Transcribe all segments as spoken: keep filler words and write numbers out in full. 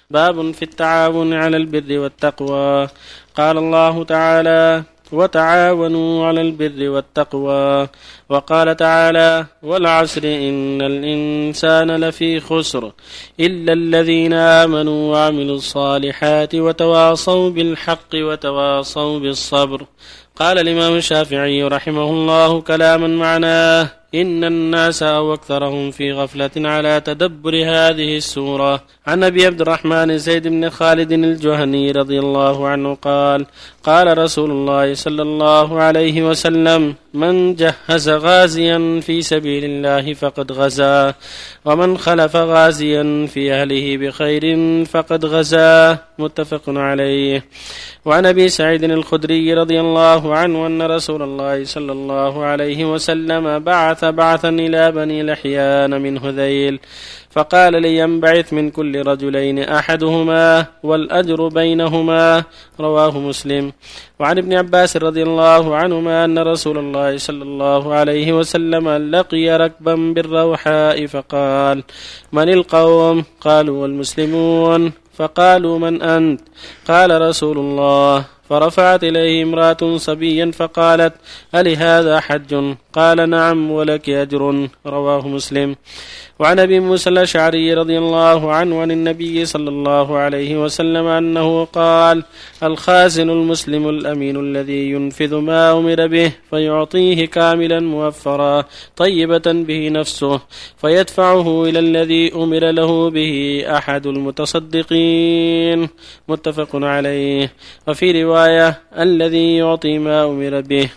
باب في التعاون على البر والتقوى. قال الله تعالى: وتعاونوا على البر والتقوى. وقال تعالى: والعصر إن الإنسان لفي خسر إلا الذين آمنوا وعملوا الصالحات وتواصوا بالحق وتواصوا بالصبر. قال الإمام الشافعي رحمه الله كلاما معناه: إن الناس أو أكثرهم في غفلة على تدبر هذه السورة. عن أبي عبد الرحمن زيد بن خالد الجهني رضي الله عنه قال: قال رسول الله صلى الله عليه وسلم: من جهز غازيا في سبيل الله فقد غزا، ومن خلف غازيا في أهله بخير فقد غزا. متفق عليه. وعن أبي سعيد الخدري رضي الله عنه أن رسول الله صلى الله عليه وسلم بعث بعثا إلى بني لحيان من هذيل، فقال: لينبعث من كل رجلين أحدهما والأجر بينهما. رواه مسلم. وعن ابن عباس رضي الله عنهما أن رسول الله صلى الله عليه وسلم لقي ركبا بالروحاء فقال: من القوم؟ قالوا: والمسلمون. فقالوا: من أنت؟ قال: رسول الله. فرفعت إليه امرأة صبيا فقالت: ألهذا حج؟ قال: نعم ولك أجر. رواه مسلم. وعن أبي موسى الأشعري رضي الله عنه عن النبي صلى الله عليه وسلم أنه قال: الخازن المسلم الأمين الذي ينفذ ما أمر به فيعطيه كاملا موفرا طيبة به نفسه فيدفعه إلى الذي أمر له به أحد المتصدقين. متفق عليه. وفي رواية: الذي يعطي ما أمر به.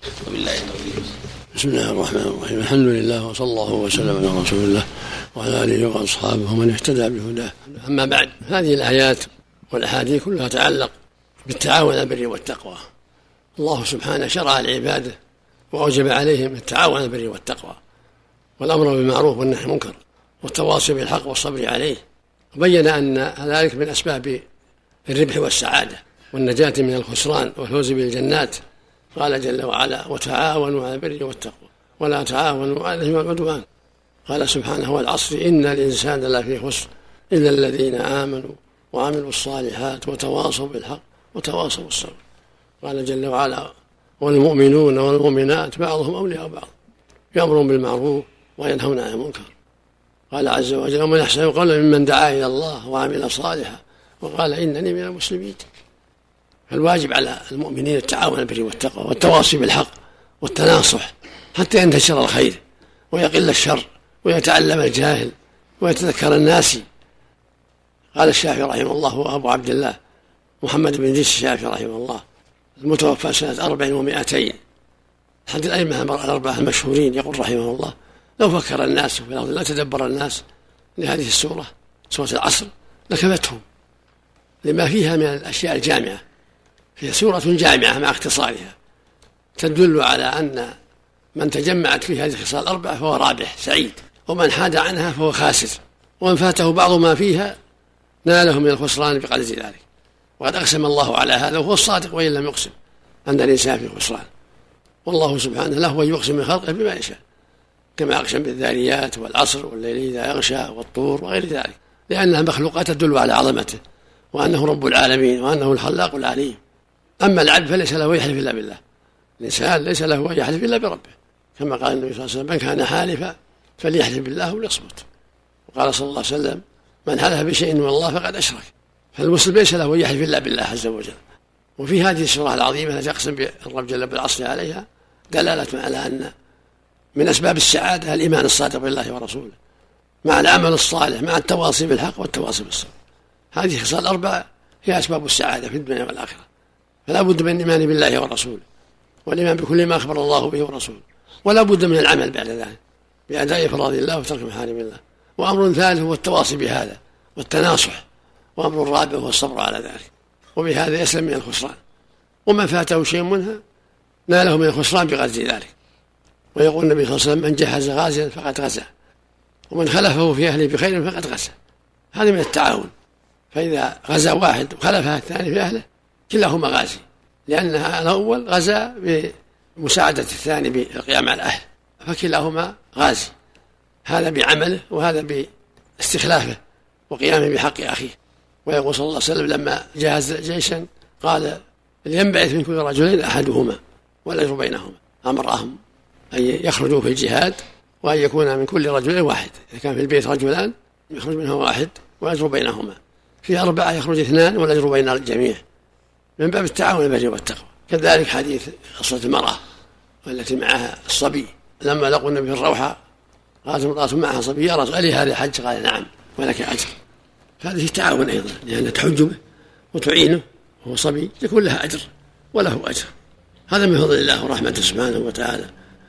بسم الله الرحمن الرحيم. الحمد لله وصلى الله وسلم على رسول الله وعلى آله وأصحابه ومن اهتدى بهداه. أما بعد، هذه الآيات والأحاديث كلها تتعلق بالتعاون على البر والتقوى. الله سبحانه شرع لعباده وأوجب عليهم التعاون على البر والتقوى والأمر بالمعروف والنهي عن المنكر والتواصي بالحق والصبر عليه، وبين أن ذلك من أسباب الربح والسعادة والنجاة من الخسران والفوز بالجنات. قال جل وعلا: وتعاونوا على البر والتقوى ولا تعاونوا على الإثم والعدوان. قال سبحانه: والعصر إن الإنسان لفي خسر إلا الذين آمنوا وعملوا الصالحات وتواصوا بالحق وتواصوا بالصبر. قال جل وعلا: والمؤمنون والمؤمنات بعضهم أولياء بعض يأمرون بالمعروف وينهون عن المنكر. قال عز وجل: ومن أحسن قولا ممن دعا إلى الله وعمل صالحا وقال إنني من المسلمين. فالواجب على المؤمنين التعاون على البر والتقوى والتواصي بالحق والتناصح حتى ينتشر الخير ويقل الشر ويتعلم الجاهل ويتذكر الناس. قال الشافعي رحمه الله وأبو عبد الله محمد بن إدريس الشافعي رحمه الله المتوفى سنة أربع ومائتين أحد الأئمة الأربعة المشهورين، يقول رحمه الله: لو فكر الناس في الأرض لا تدبر الناس لهذه السورة سورة العصر لكفتهم لما فيها من الأشياء الجامعة. هي سورة جامعة مع اختصارها تدل على أن من تجمعت فيه هذه الخصال الأربعة فهو رابح سعيد، ومن حاد عنها فهو خاسر، ومن فاته بعض ما فيها ناله من الخسران بقدر ذلك. وقد أقسم الله على هذا وهو الصادق وإن لم يقسم أن الإنسان في خسران، والله سبحانه له يقسم من خلقه بما يشاء، كما أقسم بالذاريات والعصر والليل إذا يغشى والطور وغير ذلك، لأنها مخلوقات تدل على عظمته وأنه رب العالمين وأنه الخلاق العليم. أما العبد فليس له يحلف إلا بالله، الإنسان ليس له يحلف إلا بربه، كما قال النبي صلى الله عليه وسلم: من كان حالفا فليحلف بالله وليصمت. وقال صلى الله عليه وسلم: من حلف بشيء من الله فقد أشرك. فالمسلم ليس له يحلف إلا بالله عز وجل. وفي هذه السورة العظيمة التي يقسم بالرب جل بالعصر عليها دلالة على أن من أسباب السعادة الإيمان الصادق بالله ورسوله مع العمل الصالح مع التواصي بالحق والتواصي بالصبر. هذه خصال أربعة هي أسباب السعادة في الدنيا والآخرة، فلا بد من الإيمان بالله ورسوله والإيمان بكل ما أخبر الله به ورسوله، ولا بد من العمل بعد ذلك بأداء فرائض الله وترك محارم الله. وأمر ثالث هو التواصي بهذا والتناصح، وأمر رابع هو الصبر على ذلك، وبهذا يسلم من الخسران. ومن فاته شيء منها ناله من الخسران بقدر ذلك. ويقول النبي صلى الله عليه وسلم: من جهز غازيا فقد غزا، ومن خلفه في أهله بخير فقد غزا. هذا من التعاون، فإذا غزا واحد وخلفها الثاني في أهله كلاهما غازي، لأن الأول غزا بمساعدة الثاني بالقيام على الأهل، فكلاهما غازي، هذا بعمله وهذا باستخلافه وقيامه بحق أخيه. ويقول صلى الله عليه وسلم لما جهز جيشا قال لينبعث من كل رجلين أحدهما ولا يجر بينهما، أمرهم أن يخرجوا في الجهاد وأن يكون من كل رجل واحد، إذا كان في البيت رجلان يخرج منه واحد ويجر بينهما، في أربعة يخرج اثنان ولا يجر بين الجميع، من باب التعاون البر والتقوى. كذلك حديث قصة المرأة والتي معها الصبي لما لقوا النبي في الروحة قالت امرأة معها صبي يا رسول الله هذا حج؟ قال نعم ولك أجر. فهذه التعاون أيضا لأن تحج به وتعينه وهو صبي يكون له أجر وله أجر، هذا من فضل الله ورحمته سبحانه وتعالى.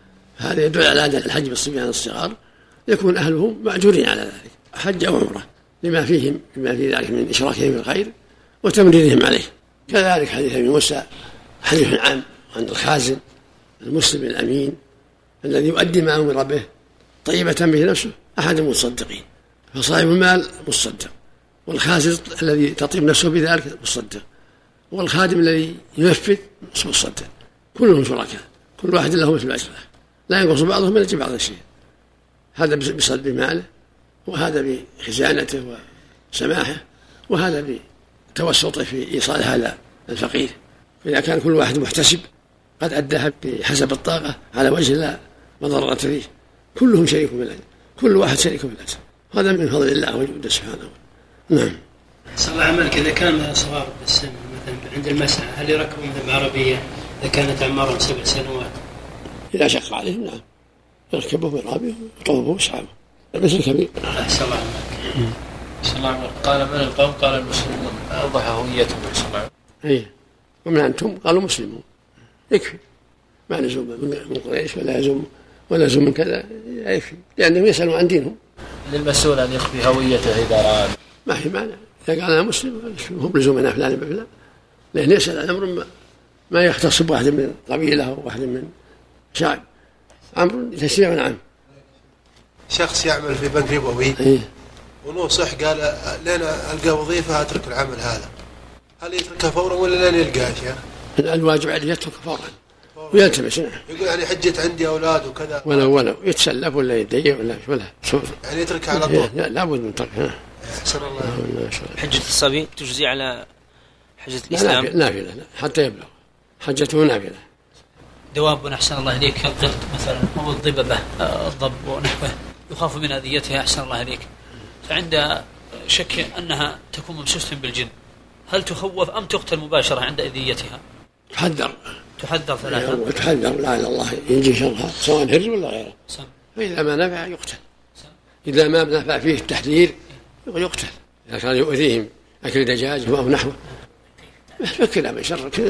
هذا يدل على أن الحج بالصبيان الصغار يكون أهله مأجورين على ذلك، حج أو عمرة، لما فيهم لما في ذلك من إشراكهم بالخير وتمريرهم عليه. كذلك حديث أبي موسى حديث عام عن الخازن المسلم الأمين الذي يؤدي ما أمر به طيبة به نفسه أحد المتصدقين، فصاحب المال مصدق، والخازن الذي تطيب نفسه بذلك مصدق، والخادم الذي ينفذ مصدق، كلهم شركاء، كل واحد له مثل أجره، لا ينقص بعضهم من أجل بعض الشيء. هذا بصدق ماله، وهذا بخزانته وسماحه، وهذا بتوسطه في إيصال هذا الفقير. فإذا كان كل واحد محتسب قد أداها بحسب الطاقة على وجه لا مضرة فيه، كلهم شريك بالأجر، كل واحد شريك بالأجر، هذا من فضل الله وجوده سبحانه. نعم. صلى الله عملك إذا كان صغار بالسن مثلا عند المسعى هل يركبوا مثل عربية إذا كانت أعمارهم سبع سنوات؟ إذا شق عليهم نعم يركبوا بالعربية ويطوفوا ويسحبوا مثل كبير. صلى الله عملك. صلى الله عملك. قال من القوم؟ قال المسلمون. أوضح هويتهم صلى الله عليه وسلم. إيه ومن أنتم؟ قالوا مسلمون، يكفي، ما لزوم من قريش ولا يزوم ولا يزوم من كذا، يكفي، لأنهم يسألوا عن دينهم. للمسؤول أن يخفي هويته إذا رأى. ما في مانع، إذا قال أنا مسلم هو بلزومنا فلان بفلان، لأن يسأل عن أمر ما, ما يختص بواحد من قبيلة أو واحد من شعب، أمر تشريع عام. شخص يعمل في بنك ربوي إيه؟ ونصح قال لين ألقى وظيفة أترك العمل هذا، هل يتركها فورا ولا لين يلقاه يا شيخ؟ الواجب عليه يترك فورا ويلتمس. يقول يعني حجت عندي أولاد وكذا، ولو ولو يتسلف ولا يتضيق ولا ولا يعني يتركها على طول. لا لابد من تركها. أحسن الله. حجة الصبي تجزي على حجة الإسلام؟ نافلة حتى يبلغ، حجته نافلة. دواب أحسن الله إليك القرد مثلا أو الضببة الضب ونحوه يخاف من أذيتها أحسن الله إليك، فعند شك أنها تكون ممسوسة بالجن هل تخوف أم تقتل مباشرة عند أذيتها؟ تحذر تحذر ثلاثة وتحذر لعل الله ينجي شرها سواء هرج ولا غيره. سم. فإذا ما نفع يقتل، إذا ما نفع فيه التحذير يقتل، إذا كان يؤذيهم أكل دجاج أو نحوه فكنا من شرك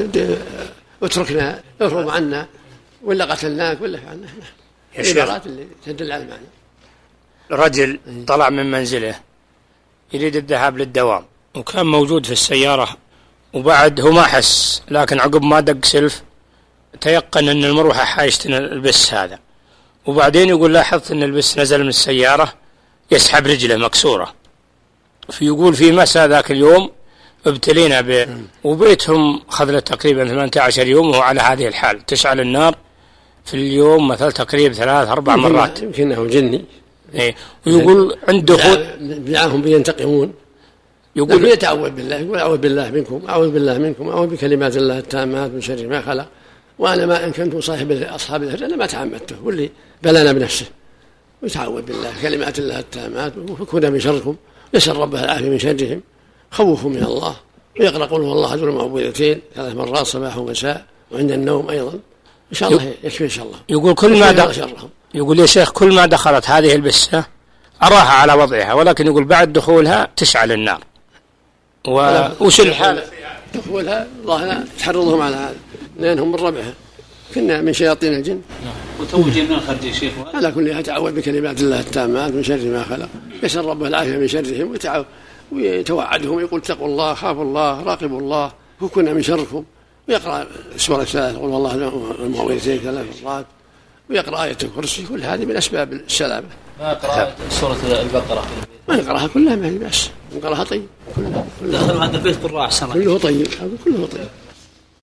اتركنا اهرب عنا ولا قتلناك ولا فعلنا. العبارات اللي تدل على المعنى. رجل طلع من منزله يريد الذهاب للدوام وكان موجود في السيارة، وبعد هو ما حس، لكن عقب ما دق سلف تيقن أن المروحة حايشتنا البس هذا، وبعدين يقول لاحظت أن البس نزل من السيارة يسحب رجله مكسورة، فيقول في مساء ذاك اليوم ابتلينا به، وبيتهم خذ له تقريبا ثمانية عشر يوم وهو على هذه الحال، تشعل النار في اليوم مثل تقريبا ثلاث أربع مرات. يمكن أنه جني. إيه. ويقول عند دخول دعاهم بينتقمون، يقول يتعوذ بالله، يقول أعوذ بالله منكم، أعوذ بالله منكم، أعوذ بكلمات الله التامات من شر ما خلق، وأنا ما إن كنت صاحب أصحاب الهجرة أنا ما تعمدته، واللي بلانا بنفسه، ويتعوذ بالله كلمات الله التامات وفكونا من شركم، يسأل ربه العافية من شرهم، خوفوا من الله، ويقرأ قل هو الله أحد المعوذتين ثلاث مرات صباح ومساء وعند النوم أيضا، إن شاء الله يكفي إن شاء الله. يقول كل ما دخل يقول يا شيخ كل ما دخلت هذه البسة أراها على وضعها، ولكن يقول بعد دخولها تشعل النار. وش الحال؟ دخولها الله تحرضهم على هذا لأنهم من ربعها، كنا من شياطين الجن. وتوجه من الخرج يا شيخ. على كل يتعوذ بكلمات الله التامات من شر ما خلق، يسأل ربه العافية من شرهم، ويتوعدهم ويقول اتقوا الله، خافوا الله، راقبوا الله، وكنا من شركم، ويقرأ سورة ثلاث قل والله المعوذتين ثلاث مرات، ويقرأ آية الكرسي، كل هذه من أسباب السلامة. ما يقرأ سورة البقرة؟ ما يقرأها كلها ما هي بأس، يقرأها طيب كلها. دخلوا عند البيت قراء كله طيب، كله طيب.